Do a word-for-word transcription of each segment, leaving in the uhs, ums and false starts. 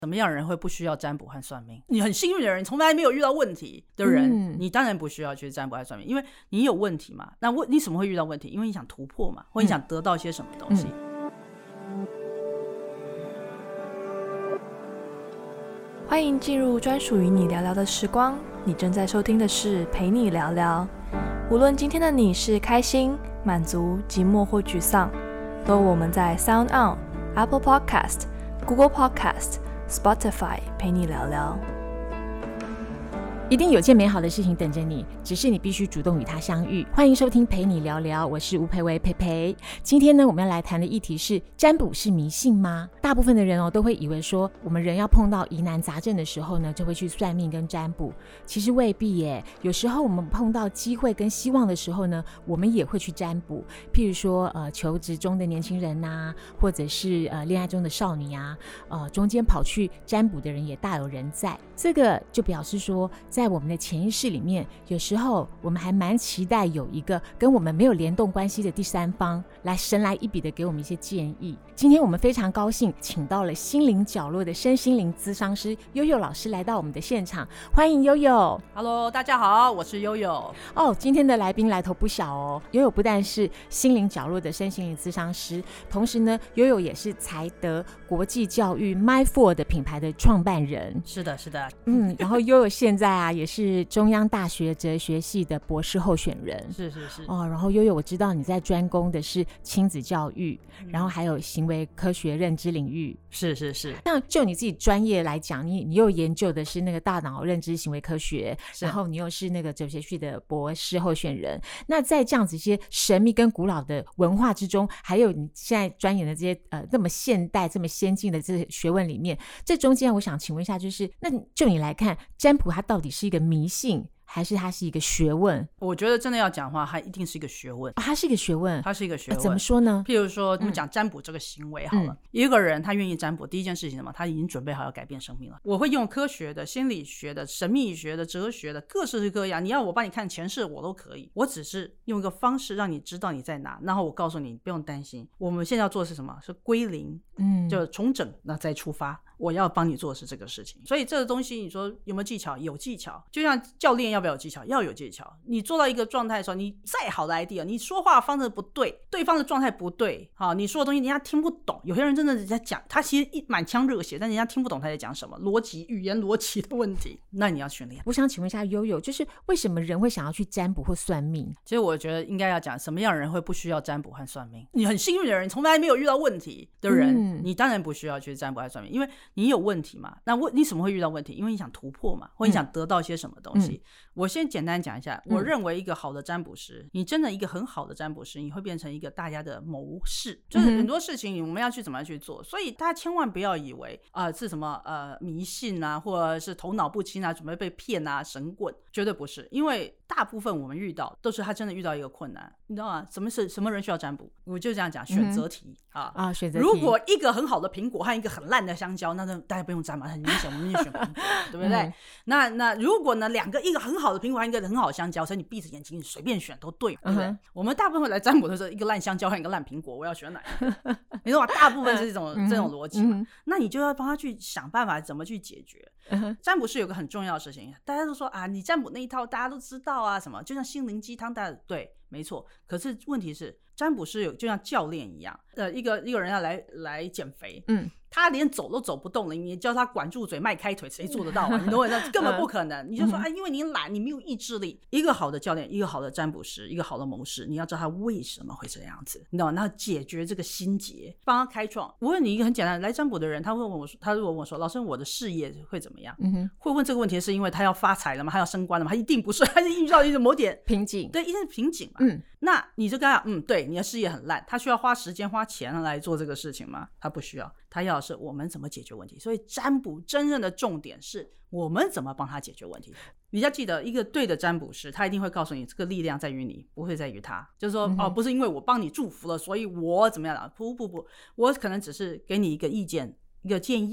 什么样的人会不需要占卜和算命？你很幸运的人，你从来没有遇到问题的人、嗯、你当然不需要去占卜和算命，因为你有问题嘛。那你怎么会遇到问题？因为你想突破嘛，或你想得到些什么东西、嗯嗯、欢迎进入专属于你聊聊的时光，你正在收听的是陪你聊聊。无论今天的你是开心、满足、寂寞或沮丧，都有我们在 Sound On、Apple Podcast、Google Podcast、Spotify 陪你聊聊。 一定有件美好的事情等着你，只是你必须主动与它相遇。欢迎收听陪你聊聊，我是吴培薇培培。今天呢，我们要来谈的议题是：占卜是迷信吗？大部分的人哦，都会以为说，我们人要碰到疑难杂症的时候呢，就会去算命跟占卜。其实未必耶，有时候我们碰到机会跟希望的时候呢，我们也会去占卜。譬如说，呃，求职中的年轻人呐、啊，或者是呃恋爱中的少女啊，呃，中间跑去占卜的人也大有人在。这个就表示说，在我们的潜意识里面，有时候我们还蛮期待有一个跟我们没有联动关系的第三方来神来一笔的给我们一些建议。今天我们非常高兴请到了心灵角落的身心灵咨商师悠悠老师来到我们的现场，欢迎悠悠。 Hello， 大家好，我是悠悠。 哦，今天的来宾来头不小哦。悠悠不但是心灵角落的身心灵咨商师，同时呢，悠悠也是才德国际教育 My Four 的品牌的创办人。 是的是的， 嗯，然后悠悠现在啊也是中央大学哲学系的博士候选人。 是是是哦，然后悠悠我知道你在专攻的是亲子教育、嗯、然后还有行为科学认知领域。 是是是。 那就你自己专业来讲，你你又研究的是那个大脑认知行为科学，然后你又是那个哲学系的博士候选人。那在这样子一些神秘跟古老的文化之中，还有你现在钻研的这些呃这么现代这么先进的这些学问里面，这中间我想请问一下，就是那就你来看，占卜它到底是一个迷信还是它是一个学问？ 我觉得真的要讲话，它一定是一个学问、 啊、它是一个学问， 它是一个学问、 啊、怎么说呢？ 譬如说我们讲占卜这个行为好了、嗯、一个人他愿意占卜，第一件事情什么？他已经准备好要改变生命了。我会用科学的、心理学的、神秘学的、哲学的，各式各样，你要我帮你看前世我都可以，我只是用一个方式让你知道你在哪，然后我告诉你不用担心。我们现在要做的是什么？是归零，嗯，就重整，那再出发。我要帮你做的是这个事情。所以这个东西你说有没有技巧？有技巧。就像教练要不要有技巧？要有技巧。你做到一个状态的时候，你再好的 idea， 你说话方式不对，对方的状态不对，好，你说的东西人家听不懂。有些人真的在讲，他其实一满腔热血，但人家听不懂他在讲什么，逻辑语言逻辑的问题，那你要训练。 我想请问一下悠悠，就是为什么人会想要去占卜或算命？ 其实我觉得应该要讲什么样的人会不需要占卜和算命。你很幸运的人，你从来没有遇到问题的人、嗯、你当然不需要去占卜和算命，因为你有问题嘛。那你怎么会遇到问题？因为你想突破嘛，或你想得到些什么东西、嗯、我先简单讲一下、嗯、我认为一个好的占卜师，你真的一个很好的占卜师，你会变成一个大家的谋士，就是很多事情我们要去怎么样去做。所以大家千万不要以为、呃、是什么呃迷信啊，或者是头脑不清啊，准备被骗啊，神棍，绝对不是。因为大部分我们遇到都是他真的遇到一个困难，你知道吗？什么是什么人需要占卜？我就这样讲，选择题、嗯、啊, 啊选择题。如果一个很好的苹果和一个很烂的香蕉，那大家不用占嘛，很明显我们就选苹果对不对、嗯、那那如果呢两个，一个很好的苹果和一个很好的香蕉，所以你闭着眼睛你随便选都对，对不对、嗯、我们大部分来占卜的时候，一个烂香蕉和一个烂苹果，我要选哪一个你知道吗？大部分是这种、嗯、这种逻辑嘛、嗯、那你就要帮他去想办法怎么去解决。嗯、占卜是有个很重要的事情，大家都说啊，你占卜那一套大家都知道啊，什么就像心灵鸡汤，大家对没错。可是问题是占卜师有就像教练一样，呃，一个一个人要来来减肥，嗯，他连走都走不动了，你叫他管住嘴迈开腿，谁做得到啊？你懂我意思？根本不可能。你就说啊，因为你懒，你没有意志力。一个好的教练，一个好的占卜师，一个好的谋士，你要知道他为什么会这样子，你懂吗？然后解决这个心结，帮他开创。我问你一个很简单的，来占卜的人，他会问我说，他如果问我说，老师，我的事业会怎么样？嗯哼，会问这个问题是因为他要发财了吗？他要升官了吗？他一定不是，他是遇到一个某点瓶颈， 对，一定是瓶颈嘛。嗯，那你就跟他，嗯，对，你的事业很烂，他需要花时间花钱来做这个事情吗？他不需要，他要的是我们怎么解决问题。所以占卜真正的重点是我们怎么帮他解决问题。你要记得，一个对的占卜师，他一定会告诉你，这个力量在于你，不会在于他。就是说、嗯、哦，不是因为我帮你祝福了，所以我怎么样了？不不不，我可能只是给你一个意见，一个建议，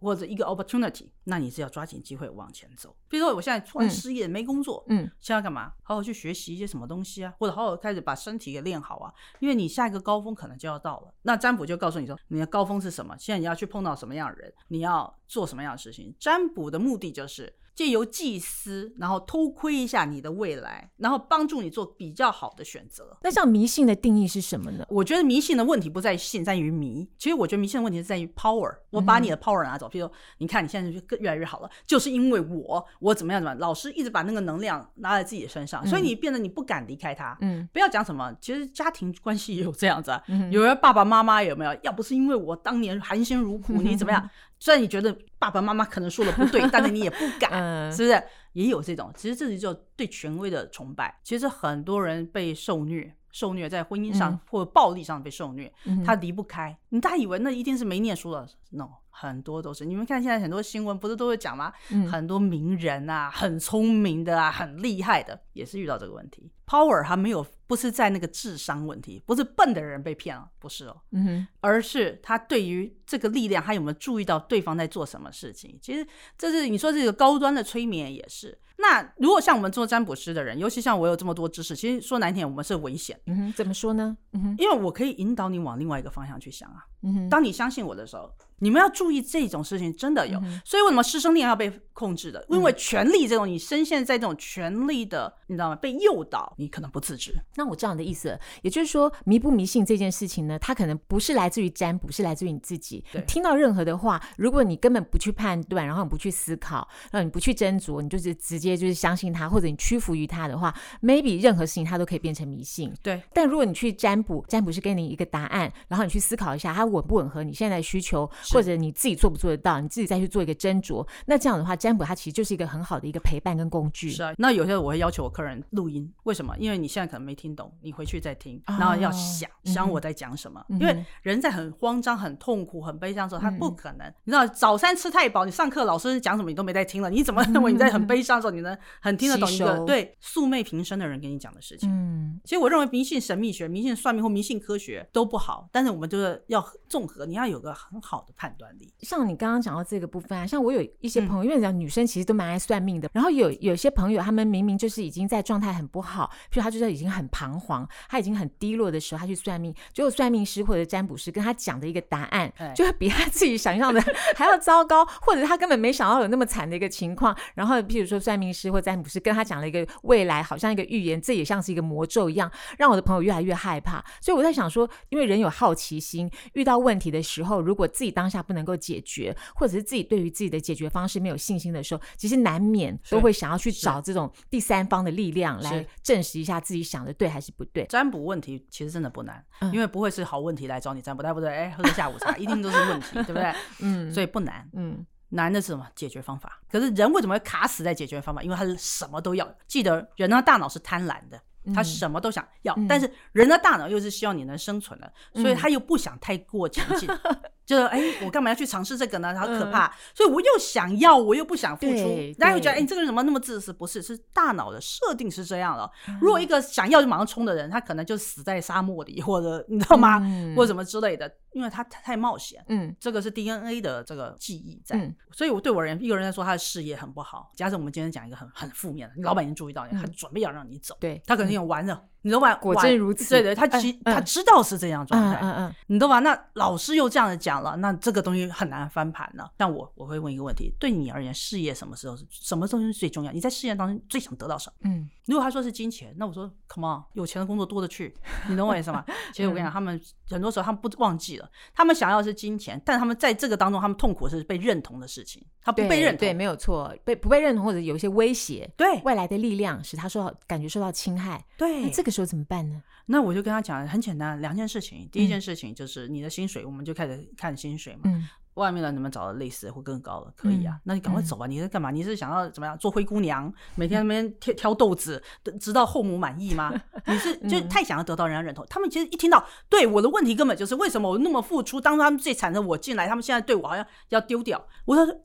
或者一个 opportunity， 那你是要抓紧机会往前走。比如说我现在突然失业、嗯、没工作，嗯，现在要干嘛？好好去学习一些什么东西啊，或者好好开始把身体给练好啊，因为你下一个高峰可能就要到了。那占卜就告诉你说你的高峰是什么，现在你要去碰到什么样的人，你要做什么样的事情。占卜的目的就是借由祭司，然后偷窥一下你的未来，然后帮助你做比较好的选择。 那像迷信的定义是什么呢？ 我觉得迷信的问题不在于信，在于迷。其实我觉得迷信的问题是在于 power， 我把你的 power 拿走。比如说你看你现在就越来越好了，就是因为我我怎么样怎么样，老师一直把那个能量拿在自己的身上，所以你变得你不敢离开他。嗯，不要讲什么，其实家庭关系也有这样子啊。嗯、有人爸爸妈妈有没有？要不是因为我当年含辛茹苦，你怎么样？虽然你觉得爸爸妈妈可能说的不对，但是你也不敢，嗯、是不是？也有这种，其实这是就对权威的崇拜。其实很多人被受虐，受虐在婚姻上、嗯、或者暴力上被受虐，嗯、他离不开。你大家以为那一定是没念书了 ？No， 很多都是。你们看现在很多新闻不是都会讲吗？嗯、很多名人啊，很聪明的啊，很厉害的，也是遇到这个问题。Power 还没有，不是在那个智商问题，不是笨的人被骗了，不是哦，嗯哼，而是他对于这个力量，他有没有注意到对方在做什么事情？其实这是你说这个高端的催眠也是。那如果像我们做占卜师的人，尤其像我有这么多知识，其实说难听，我们是危险。 嗯哼，怎么说呢？嗯哼， 因为我可以引导你往另外一个方向去想啊。嗯哼，当你相信我的时候，你们要注意这种事情真的有。嗯、所以为什么师生恋要被控制的？因为权力这种，你深陷在这种权力的，你知道吗？被诱导，你可能不自知。 那我这样的意思，也就是说，迷不迷信这件事情呢，它可能不是来自于占卜，是来自于你自己。你听到任何的话，如果你根本不去判断，然后你不去思考，然后你不去斟酌，你就是直接就是相信它，或者你屈服于它的话 ，maybe 任何事情它都可以变成迷信。 对。 但如果你去占卜，占卜是给你一个答案，然后你去思考一下，它稳不吻合你现在的需求，或者你自己做不做得到，你自己再去做一个斟酌。那这样的话，占卜它其实就是一个很好的一个陪伴跟工具。 是啊。那有些我会要求我客人录音，为什么？因为你现在可能没听懂，你回去再听，然后要想、哦、想我在讲什么、嗯、因为人在很慌张很痛苦很悲伤的时候他不可能、嗯、你知道早餐吃太饱，你上课老师讲什么你都没在听了，你怎么认为你在很悲伤的时候你能很听得懂一个对素昧平生的人跟你讲的事情、嗯、其实我认为迷信神秘学迷信算命或迷信科学都不好，但是我们就是要综合，你要有个很好的判断力。 像你刚刚讲到这个部分啊，像我有一些朋友、嗯、因为讲女生其实都蛮爱算命的，然后有有些朋友他们明明就是已经在状态很不好，譬如他就是已经很彷徨，他已经很低落的时候他去算命，结果算命师或者占卜师跟他讲的一个答案、哎、就会比他自己想象的还要糟糕，或者他根本没想到有那么惨的一个情况，然后譬如说算命师或占卜师跟他讲了一个未来好像一个预言，这也像是一个魔咒一样，让我的朋友越来越害怕。所以我在想说，因为人有好奇心，遇到问题的时候如果自己当下不能够解决，或者是自己对于自己的解决方式没有信心的时候，其实难免都会想要去找这种第三方的力量来证实一下自己想的对还是不对。 占卜问题其实真的不难、嗯、因为不会是好问题来找你占卜，对不对？哎，喝个下午茶一定都是问题对不对？嗯，所以不难。嗯，难的是什么？解决方法。可是人为什么会卡死在解决方法？因为他什么都要。记得人的大脑是贪婪的，他什么都想要、嗯、但是人的大脑又是希望你能生存的、嗯、所以他又不想太过前进就是哎，我干嘛要去尝试这个呢？好可怕、嗯、所以我又想要我又不想付出，大家会觉得哎，这个人怎么那么自私？不是，是大脑的设定是这样的、嗯、如果一个想要就马上冲的人，他可能就死在沙漠里，或者你知道吗、嗯、或者什么之类的，因为他太冒险。嗯，这个是 D N A 的这个记忆在、嗯、所以我对我人一个人在说他的事业很不好，假设我们今天讲一个很很负面的，你老板已经注意到你、嗯、他准备要让你走，对，他可能有完了、嗯、你都完， 果真如此。 对对，他其、嗯、他知道是这样状态，嗯嗯嗯，你都完，那老师又这样子讲了，那这个东西很难翻盘了。像我我会问一个问题，对你而言事业什么时候是什么东西是最重要？你在事业当中最想得到什么？嗯，如果他说是金钱，那我说 come on， 有钱的工作多得去，你懂我意思吗？其实我跟你讲，他们很多时候他们不忘记了，他们想要的是金钱，但他们在这个当中他们痛苦的是被认同的事情，他不被认同。 对, 对没有错，被不被认同或者有一些威胁， 对外来的力量使他受到感觉受到侵害， 对， 那这个时候怎么办呢？ 那我就跟他讲很简单两件事情，第一件事情就是你的薪水、嗯、我们就开始看薪水嘛，嗯，外面的能不能找到类似或更高的可以啊、嗯、那你赶快走吧、嗯、你在干嘛？你是想要怎么样做灰姑娘每天那边挑挑豆子直到后母满意吗？你是就太想要得到人家认同、嗯、他们其实一听到对我的问题根本就是为什么我那么付出，当初他们最惨的我进来，他们现在对我好像要丢掉，我说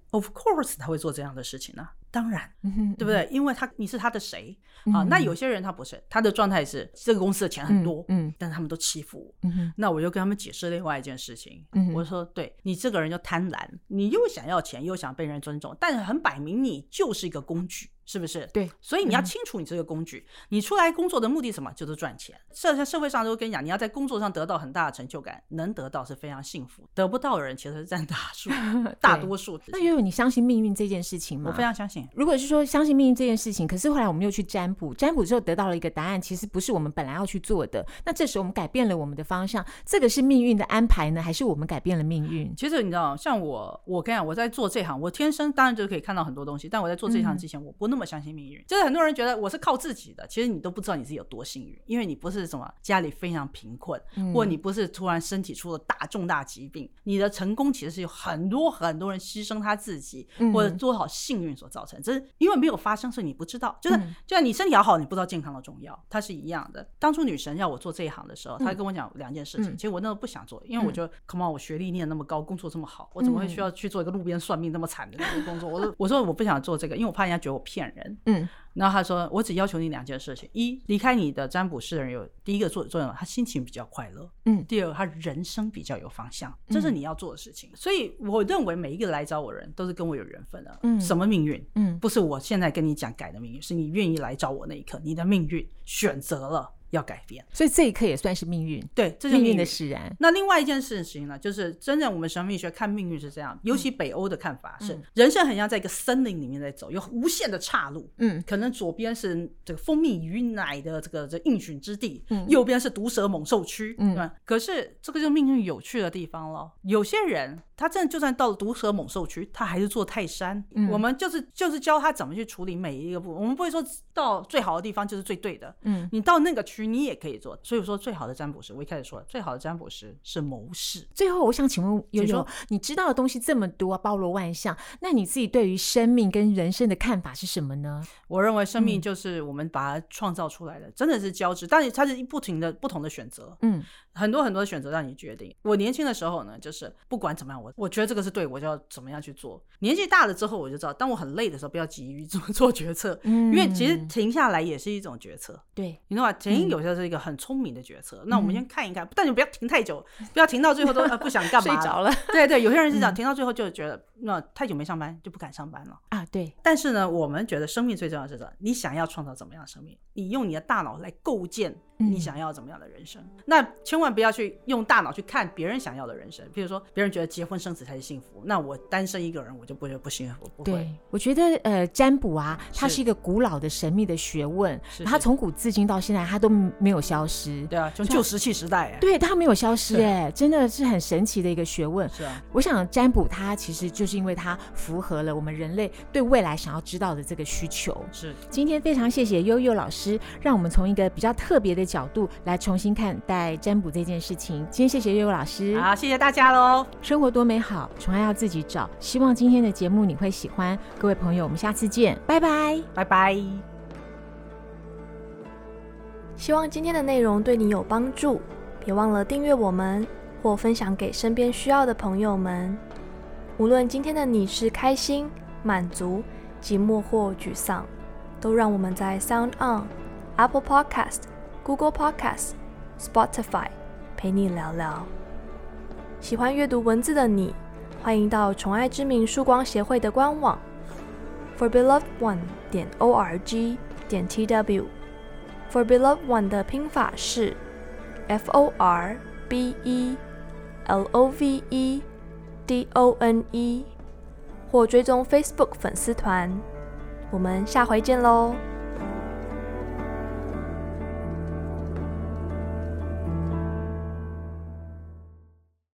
Of course 他会做这样的事情啊，当然， 嗯、 对不对？因为他你是他的谁、嗯、啊？那有些人他不是，他的状态是这个公司的钱很多，嗯，嗯但是他们都欺负我、嗯，那我就跟他们解释另外一件事情，嗯、我说对你这个人就贪婪，你又想要钱又想被人尊重，但是很摆明你就是一个工具。是不是？ 对， 所以你要清楚你这个工具、嗯、你出来工作的目的什么？就是赚钱。社社会上都跟你讲，你要在工作上得到很大的成就感，能得到是非常幸福，得不到的人其实是占大数大多数。 那悠悠你相信命运这件事情吗？ 我非常相信。 如果是说相信命运这件事情，可是后来我们又去占卜，占卜之后得到了一个答案，其实不是我们本来要去做的，那这时候我们改变了我们的方向，这个是命运的安排呢，还是我们改变了命运？ 其实你知道，像我我跟你讲，我在做这行，我天生当然就可以看到很多东西，但我在做这行之前、嗯、我不那么相信命运。就是很多人觉得我是靠自己的，其实你都不知道你自己有多幸运，因为你不是什么家里非常贫困、嗯、或你不是突然身体出了大重大疾病，你的成功其实是有很多很多人牺牲他自己、嗯、或者多少幸运所造成，这是因为没有发生，所以你不知道。就是、嗯、就像你身体好好，你不知道健康的重要，它是一样的。当初女神要我做这一行的时候，她跟我讲两件事情、嗯、其实我那时候不想做，因为我觉得、嗯、come on 我学历念那么高，工作这么好，我怎么会需要去做一个路边算命那么惨的那个工作、嗯、我, 我说我不想做这个，因为我怕人家觉得我骗人。嗯，然后他说我只要求你两件事情，一离开你的占卜师的人有第一个作用，他心情比较快乐，嗯，第二个他人生比较有方向，这是你要做的事情、嗯、所以我认为每一个来找我人都是跟我有缘分的、嗯、什么命运，嗯，不是我现在跟你讲改的命运，是你愿意来找我那一刻，你的命运选择了要改变， 所以这一刻也算是命运， 对，这是命运命运的使然。 那另外一件事情呢，就是真正我们神秘学看命运是这样，尤其北欧的看法是、嗯、人生很像在一个森林里面在走，有无限的岔路，嗯，可能左边是这个蜂蜜与奶的这个这应许之地、嗯、右边是毒蛇猛兽区，嗯，对吧？可是这个就是命运有趣的地方了。有些人他真的就算到了毒蛇猛兽区，他还是做泰山、嗯、我们就是就是教他怎么去处理每一个部分，我们不会说到最好的地方就是最对的，嗯，你到那个区你也可以做。所以说最好的占卜师，我一开始说最好的占卜师是谋士。 最后我想请问悠悠，你知道的东西这么多，包罗万象，那你自己对于生命跟人生的看法是什么呢？ 我认为生命就是我们把它创造出来的、嗯、真的是交织，但是它是不停的不同的选择，嗯，很多很多的选择让你决定。我年轻的时候呢，就是不管怎么样，我我觉得这个是对，我就要怎么样去做。年纪大了之后我就知道，当我很累的时候不要急于做做决策、嗯、因为其实停下来也是一种决策，对，你知道吗？停有些是一个很聪明的决策、嗯、那我们先看一看，但你不要停太久，不要停到最后都、呃、不想干嘛睡着了。 对对，有些人是这样、嗯、停到最后就觉得那太久没上班就不敢上班了啊。对， 但是呢我们觉得生命最重要的是什么？你想要创造怎么样的生命，你用你的大脑来构建你想要怎么样的人生、嗯、那千万不要去用大脑去看别人想要的人生。比如说别人觉得结婚生子才是幸福，那我单身一个人我就不觉得不幸福，不会。 对，我觉得呃，占卜啊它是一个古老的神秘的学问，它从古至今到现在它都没有消失。 对啊，从旧石器时代、欸、 对，它没有消失耶，真的是很神奇的一个学问。是啊，我想占卜它其实就是因为它符合了我们人类对未来想要知道的这个需求。是，今天非常谢谢悠悠老师，让我们从一个比较特别的角度来重新看待占卜这件事情。今天谢谢悠悠老师。 好，谢谢大家咯。 生活多美好，宠爱要自己找。希望今天的节目你会喜欢，各位朋友，我们下次见，拜拜， 拜拜。 希望今天的内容对你有帮助，别忘了订阅我们或分享给身边需要的朋友们。无论今天的你是开心、满足、寂寞或沮丧，都让我们在 Sound On、Apple Podcast、Google Podcast、Spotify 陪你聊聊。喜欢阅读文字的你，欢迎到宠爱之名曙光协会的官网 for beloved one 点 org 点 tw。For beloved one 的拼法是 F O R B E L O V E D O N E， 或追踪 Facebook 粉丝团。我们下回见咯。